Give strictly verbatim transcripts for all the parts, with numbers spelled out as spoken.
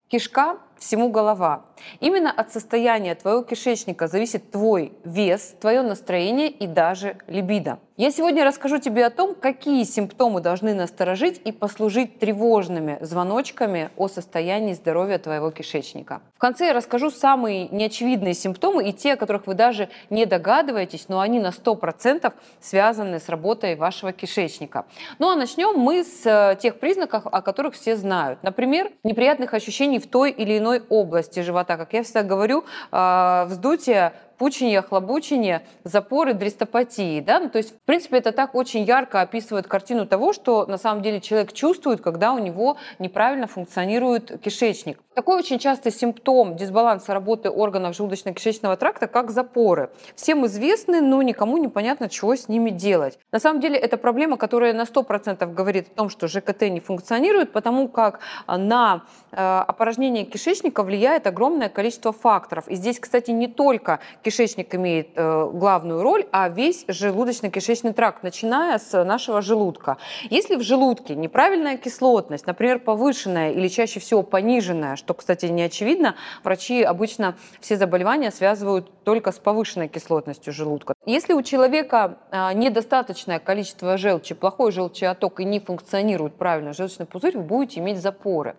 Кишка – всему голова. Именно от состояния твоего кишечника зависит твой вес, твое настроение и даже либидо. Я сегодня расскажу тебе о том, какие симптомы должны насторожить и послужить тревожными звоночками о состоянии здоровья твоего кишечника. В конце я расскажу самые неочевидные симптомы и те, о которых вы даже не догадываетесь, но они на сто процентов связаны с работой вашего кишечника. Ну а начнем мы с тех признаков, о которых все знают. Например, неприятных ощущений в той или иной области живота. Как я всегда говорю, вздутие, пучение, хлобучение, запоры, дристопатии. Да? Ну, то есть, в принципе, это так очень ярко описывает картину того, что на самом деле человек чувствует, когда у него неправильно функционирует кишечник. Такой очень частый симптом дисбаланса работы органов желудочно-кишечного тракта, как запоры. Всем известны, но никому непонятно, чего с ними делать. На самом деле, это проблема, которая на сто процентов говорит о том, что ЖКТ не функционирует, потому как на э, опорожнение кишечника влияет огромное количество факторов. И здесь, кстати, не только кишечник имеет э, главную роль, а весь желудочно-кишечный тракт, начиная с нашего желудка. Если в желудке неправильная кислотность, например, повышенная или чаще всего пониженная, что, кстати, не очевидно, врачи обычно все заболевания связывают только с повышенной кислотностью желудка. Если у человека э, недостаточное количество желчи, плохой желчеоток и не функционирует правильно желчный пузырь, вы будете иметь запоры.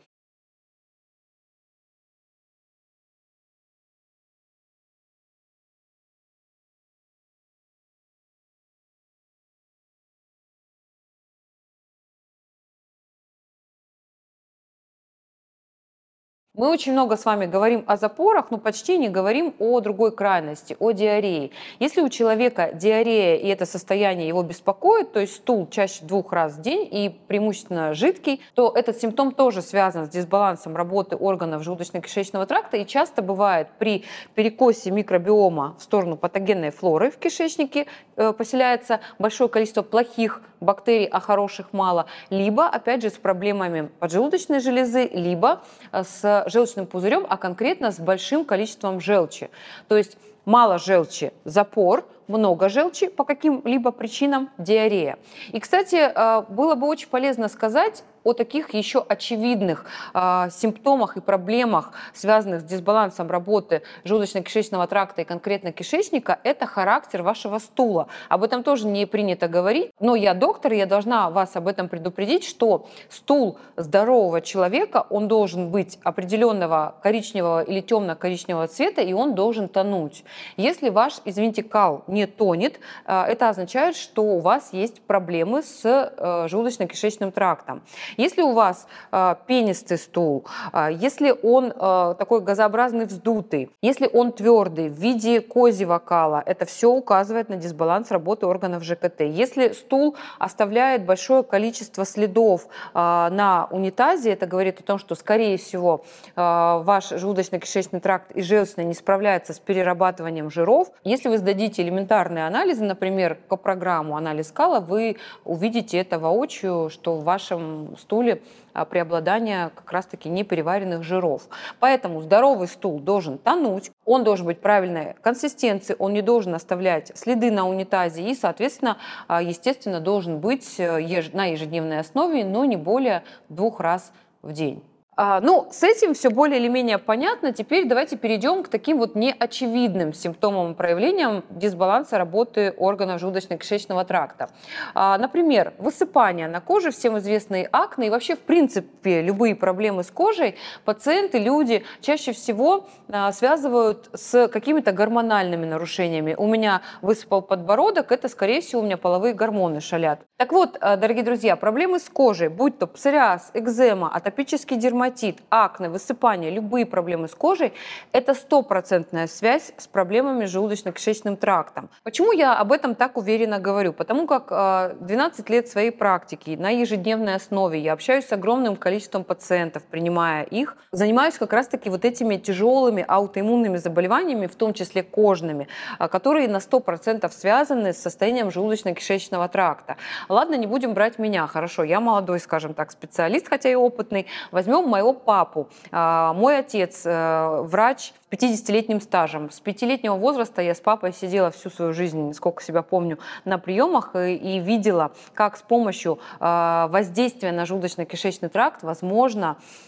Мы очень много с вами говорим о запорах, но почти не говорим о другой крайности, о диарее. Если у человека диарея и это состояние его беспокоит, то есть стул чаще двух раз в день и преимущественно жидкий, то этот симптом тоже связан с дисбалансом работы органов желудочно-кишечного тракта и часто бывает при перекосе микробиома в сторону патогенной флоры в кишечнике э, поселяется большое количество плохих бактерий, а хороших мало, либо, опять же, с проблемами поджелудочной железы, либо с желчным пузырем, а конкретно с большим количеством желчи. То есть мало желчи – запор, много желчи по каким-либо причинам – диарея. И, кстати, было бы очень полезно сказать о таких еще очевидных э, симптомах и проблемах, связанных с дисбалансом работы желудочно-кишечного тракта и конкретно кишечника, это характер вашего стула. Об этом тоже не принято говорить, но я доктор, и я должна вас об этом предупредить, что стул здорового человека, он должен быть определенного коричневого или темно-коричневого цвета, и он должен тонуть. Если ваш, извините, кал не тонет, э, это означает, что у вас есть проблемы с э, желудочно-кишечным трактом. Если у вас э, пенистый стул, э, если он э, такой газообразный вздутый, если он твердый в виде козьего кала, это все указывает на дисбаланс работы органов ЖКТ. Если стул оставляет большое количество следов э, на унитазе, это говорит о том, что, скорее всего, э, ваш желудочно-кишечный тракт и желчный не справляются с перерабатыванием жиров. Если вы сдадите элементарные анализы, например, по программу анализ кала, вы увидите это воочию, что в вашем стуле преобладание как раз-таки непереваренных жиров. Поэтому здоровый стул должен тонуть, он должен быть правильной консистенции, он не должен оставлять следы на унитазе и, соответственно, естественно, должен быть на ежедневной основе, но не более двух раз в день. А, ну, с этим все более или менее понятно. Теперь давайте перейдем к таким вот неочевидным симптомам и проявлениям дисбаланса работы органов желудочно-кишечного тракта. А, например, высыпание на коже, всем известные акне и вообще, в принципе, любые проблемы с кожей пациенты, люди чаще всего а, связывают с какими-то гормональными нарушениями. У меня высыпал подбородок, это, скорее всего, у меня половые гормоны шалят. Так вот, дорогие друзья, проблемы с кожей, будь то псориаз, экзема, атопический дерматит, акне, высыпание, любые проблемы с кожей – это стопроцентная связь с проблемами с желудочно-кишечным трактом. Почему я об этом так уверенно говорю? Потому как двенадцать лет своей практики на ежедневной основе я общаюсь с огромным количеством пациентов, принимая их, занимаюсь как раз-таки вот этими тяжелыми аутоиммунными заболеваниями, в том числе кожными, которые на сто процентов связаны с состоянием желудочно-кишечного тракта. Ладно, не будем брать меня, хорошо, я молодой, скажем так, специалист, хотя и опытный. Возьмем моего папу. Мой отец врач с пятидесятилетним стажем. С пятилетнего возраста я с папой сидела всю свою жизнь, сколько себя помню, на приемах и, и видела, как с помощью воздействия на желудочно-кишечный тракт возможно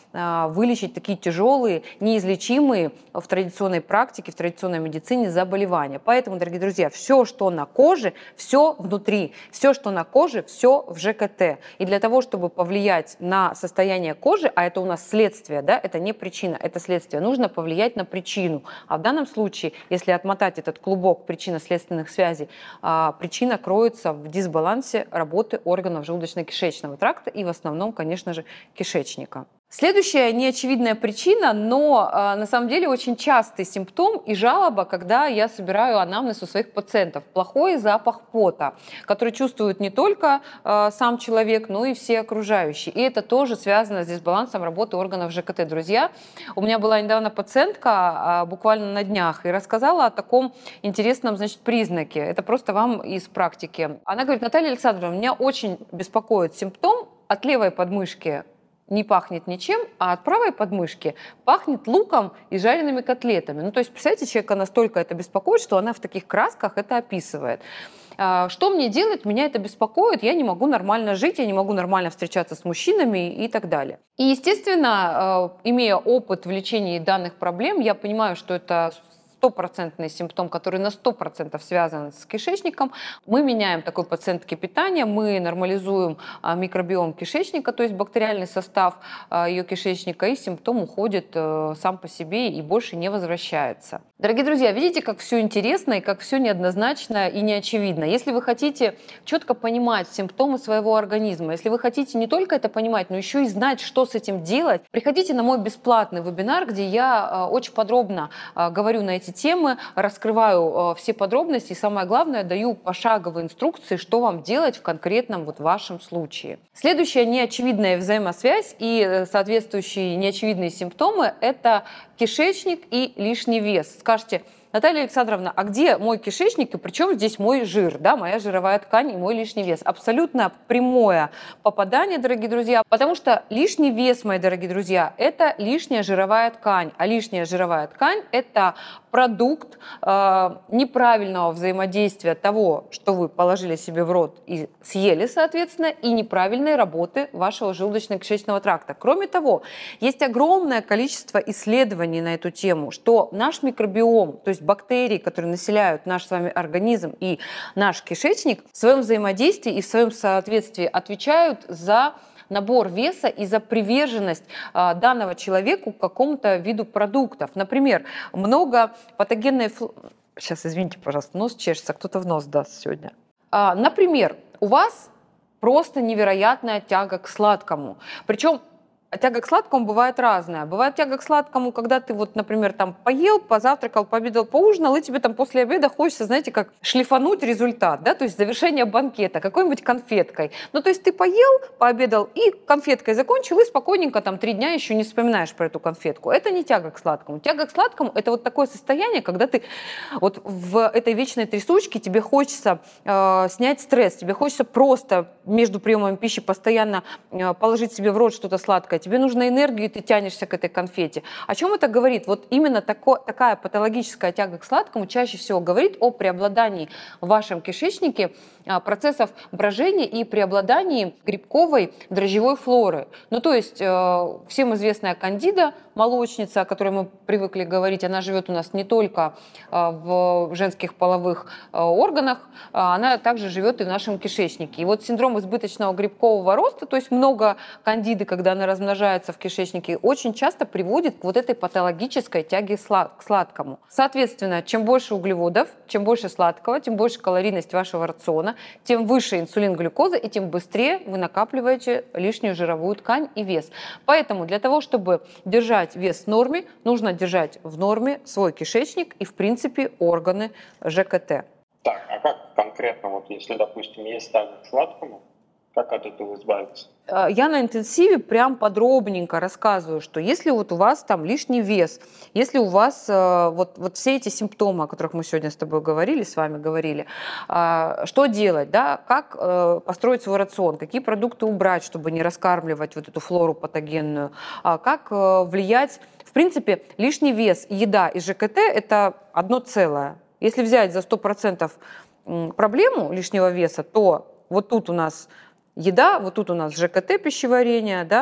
вылечить такие тяжелые, неизлечимые в традиционной практике, в традиционной медицине заболевания. Поэтому, дорогие друзья, все, что на коже, все внутри, все, что на коже, все в ЖКТ. И для того, чтобы повлиять на состояние кожи, а это у нас следствие, да, это не причина, это следствие, нужно повлиять на причину. А в данном случае, если отмотать этот клубок причинно-следственных связей, причина кроется в дисбалансе работы органов желудочно-кишечного тракта и в основном, конечно же, кишечника. Следующая неочевидная причина, но э, на самом деле очень частый симптом и жалоба, когда я собираю анамнез у своих пациентов. Плохой запах пота, который чувствует не только э, сам человек, но и все окружающие. И это тоже связано с дисбалансом работы органов ЖКТ. Друзья, у меня была недавно пациентка, э, буквально на днях, и рассказала о таком интересном, значит, признаке. Это просто вам из практики. Она говорит: Наталья Александровна, меня очень беспокоит симптом от левой подмышки. Не пахнет ничем, а от правой подмышки пахнет луком и жареными котлетами. Ну, то есть, представляете, человека настолько это беспокоит, что она в таких красках это описывает. Что мне делать? Меня это беспокоит, я не могу нормально жить, я не могу нормально встречаться с мужчинами и так далее. И, естественно, имея опыт в лечении данных проблем, я понимаю, что это стопроцентный симптом, который на сто процентов связан с кишечником. Мы меняем такой пациентке питание, мы нормализуем микробиом кишечника, то есть бактериальный состав ее кишечника, и симптом уходит сам по себе и больше не возвращается. Дорогие друзья, видите, как все интересно и как все неоднозначно и неочевидно. Если вы хотите четко понимать симптомы своего организма, если вы хотите не только это понимать, но еще и знать, что с этим делать, приходите на мой бесплатный вебинар, где я очень подробно говорю на эти темы, раскрываю все подробности и, самое главное, даю пошаговые инструкции, что вам делать в конкретном вот вашем случае. Следующая неочевидная взаимосвязь и соответствующие неочевидные симптомы – это кишечник и лишний вес. Скажете: Наталья Александровна, а где мой кишечник и причем здесь мой жир, да, моя жировая ткань и мой лишний вес? Абсолютно прямое попадание, дорогие друзья, потому что лишний вес, мои дорогие друзья, это лишняя жировая ткань, а лишняя жировая ткань – это продукт э, неправильного взаимодействия того, что вы положили себе в рот и съели, соответственно, и неправильной работы вашего желудочно-кишечного тракта. Кроме того, есть огромное количество исследований на эту тему, что наш микробиом, то есть бактерии, которые населяют наш с вами организм и наш кишечник, в своем взаимодействии и в своем соответствии отвечают за набор веса и за приверженность а, данного человеку к какому-то виду продуктов. Например, много патогенной... Фл... Сейчас, извините, пожалуйста, нос чешется, кто-то в нос даст сегодня. А, например, у вас просто невероятная тяга к сладкому. Причем тяга к сладкому бывает разная. Бывает тяга к сладкому, когда ты вот, например, там поел, позавтракал, пообедал, поужинал, и тебе там после обеда хочется, знаете, как шлифануть результат, да, то есть завершение банкета какой-нибудь конфеткой. Ну, то есть ты поел, пообедал и конфеткой закончил, и спокойненько там три дня еще не вспоминаешь про эту конфетку. Это не тяга к сладкому. Тяга к сладкому – это вот такое состояние, когда ты вот в этой вечной трясучке, тебе хочется э, снять стресс, тебе хочется просто между приемами пищи постоянно э, положить себе в рот что-то сладкое, тебе нужна энергия, и ты тянешься к этой конфете. О чем это говорит? Вот именно тако, такая патологическая тяга к сладкому чаще всего говорит о преобладании в вашем кишечнике процессов брожения и преобладании грибковой дрожжевой флоры. Ну, то есть э, всем известная кандида, молочница, о которой мы привыкли говорить, она живет у нас не только э, в женских половых э, органах, э, она также живет и в нашем кишечнике. И вот синдром избыточного грибкового роста, то есть много кандиды, когда она размножается в кишечнике, очень часто приводит к вот этой патологической тяге к сладкому. Соответственно, чем больше углеводов, чем больше сладкого, тем больше калорийность вашего рациона, тем выше инсулин, глюкоза, и тем быстрее вы накапливаете лишнюю жировую ткань и вес. Поэтому для того, чтобы держать вес в норме, нужно держать в норме свой кишечник и, в принципе, органы ЖКТ. Так, а как конкретно, вот если, допустим, есть тяга к сладкому, как от этого избавиться? Я на интенсиве прям подробненько рассказываю, что если вот у вас там лишний вес, если у вас э, вот, вот все эти симптомы, о которых мы сегодня с тобой говорили, с вами говорили, э, что делать, да, как э, построить свой рацион, какие продукты убрать, чтобы не раскармливать вот эту флору патогенную, э, как э, влиять, в принципе, лишний вес, еда и ЖКТ – это одно целое. Если взять за сто процентов проблему лишнего веса, то вот тут у нас еда, вот тут у нас ЖКТ, пищеварение, да,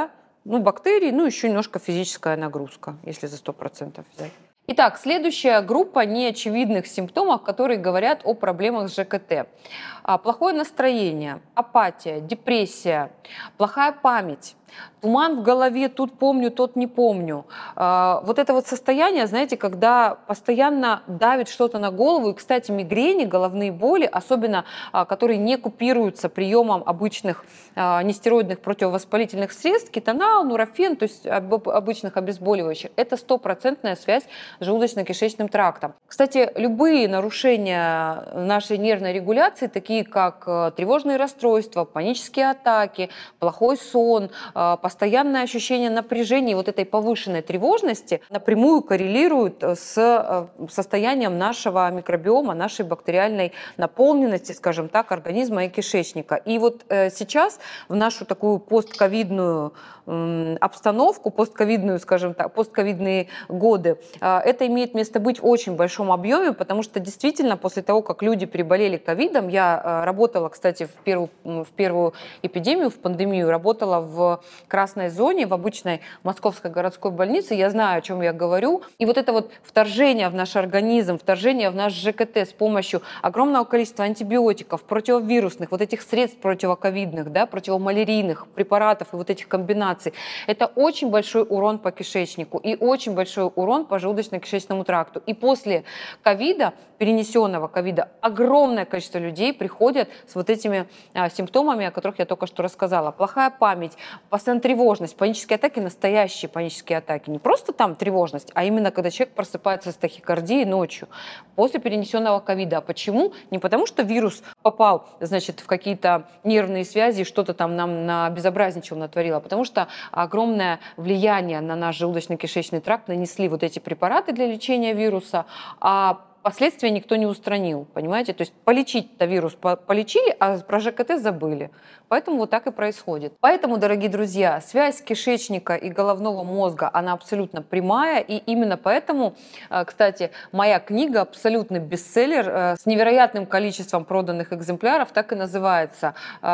ну, бактерии, ну, еще немножко физическая нагрузка, если за сто процентов взять. Итак, следующая группа неочевидных симптомов, которые говорят о проблемах с ЖКТ. А, Плохое настроение, апатия, депрессия, плохая память, туман в голове, тут помню, тот не помню. А, Вот это вот состояние, знаете, когда постоянно давит что-то на голову. И, кстати, мигрени, головные боли, особенно а, которые не купируются приемом обычных а, нестероидных противовоспалительных средств, кетонал, нурофен, то есть об- обычных обезболивающих, это стопроцентная связь с желудочно-кишечным трактом. Кстати, любые нарушения нашей нервной регуляции, такие как э, тревожные расстройства, панические атаки, плохой сон, э, постоянное ощущение напряжения и вот этой повышенной тревожности напрямую коррелируют с э, состоянием нашего микробиома, нашей бактериальной наполненности, скажем так, организма и кишечника. И вот э, сейчас в нашу такую постковидную м, обстановку, постковидную, скажем так, постковидные годы, э, это имеет место быть в очень большом объеме, потому что действительно после того, как люди переболели ковидом, я э, работала, кстати, в первую, в первую эпидемию, в пандемию, работала в красной зоне, в обычной московской городской больнице, я знаю, о чем я говорю. И вот это вот вторжение в наш организм, вторжение в наш ЖКТ с помощью огромного количества антибиотиков, противовирусных, вот этих средств противоковидных, да, противомалярийных препаратов и вот этих комбинаций, это очень большой урон по кишечнику и очень большой урон по желудочно-кишечному тракту. И после ковида, перенесенного ковида, огромное количество людей приходят с вот этими а, симптомами, о которых я только что рассказала. Плохая память, постоянная тревожность, панические атаки, настоящие панические атаки. Не просто там тревожность, а именно когда человек просыпается с тахикардией ночью после перенесенного ковида. А почему? Не потому, что вирус попал, значит, в какие-то нервные связи и что-то там нам на безобразничал, натворил, а потому что огромное влияние на наш желудочно-кишечный тракт нанесли вот эти препараты для лечения вируса, а последствия никто не устранил, понимаете? То есть полечить-то вирус полечили, а про ЖКТ забыли. Поэтому вот так и происходит. Поэтому, дорогие друзья, связь кишечника и головного мозга, она абсолютно прямая. И именно поэтому, кстати, моя книга, абсолютный бестселлер, с невероятным количеством проданных экземпляров, так и называется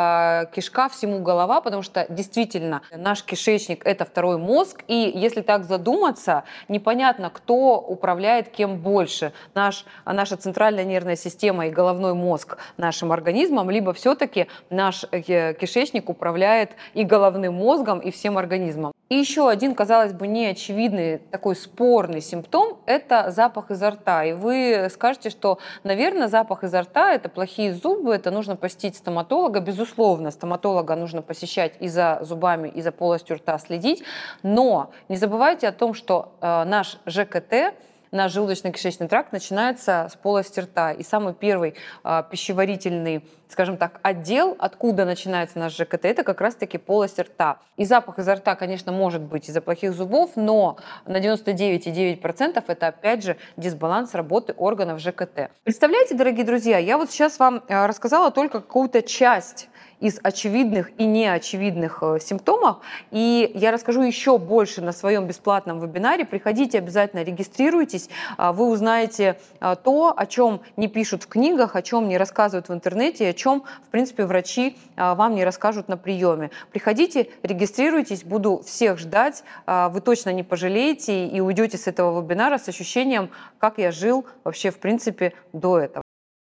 «Кишка всему голова», потому что действительно наш кишечник – это второй мозг. И если так задуматься, непонятно, кто управляет кем больше. Наш, наша центральная нервная система и головной мозг нашим организмом, либо все-таки наш кишечник управляет и головным мозгом, и всем организмом. И еще один, казалось бы, неочевидный такой спорный симптом – это запах изо рта. И вы скажете, что, наверное, запах изо рта – это плохие зубы, это нужно посетить стоматолога. Безусловно, стоматолога нужно посещать и за зубами, и за полостью рта следить. Но не забывайте о том, что э, наш ЖКТ, наш желудочно-кишечный тракт начинается с полости рта. И самый первый а, пищеварительный, скажем так, отдел, откуда начинается наш ЖКТ, это как раз-таки полость рта. И запах изо рта, конечно, может быть из-за плохих зубов, но на девяносто девять и девять десятых процента это, опять же, дисбаланс работы органов ЖКТ. Представляете, дорогие друзья, я вот сейчас вам рассказала только какую-то часть из очевидных и неочевидных э, симптомов. И я расскажу еще больше на своем бесплатном вебинаре. Приходите, обязательно регистрируйтесь. Э, вы узнаете э, то, о чем не пишут в книгах, о чем не рассказывают в интернете, о чем, в принципе, врачи э, вам не расскажут на приеме. Приходите, регистрируйтесь, буду всех ждать. Э, вы точно не пожалеете и уйдете с этого вебинара с ощущением, как я жил вообще, в принципе, до этого.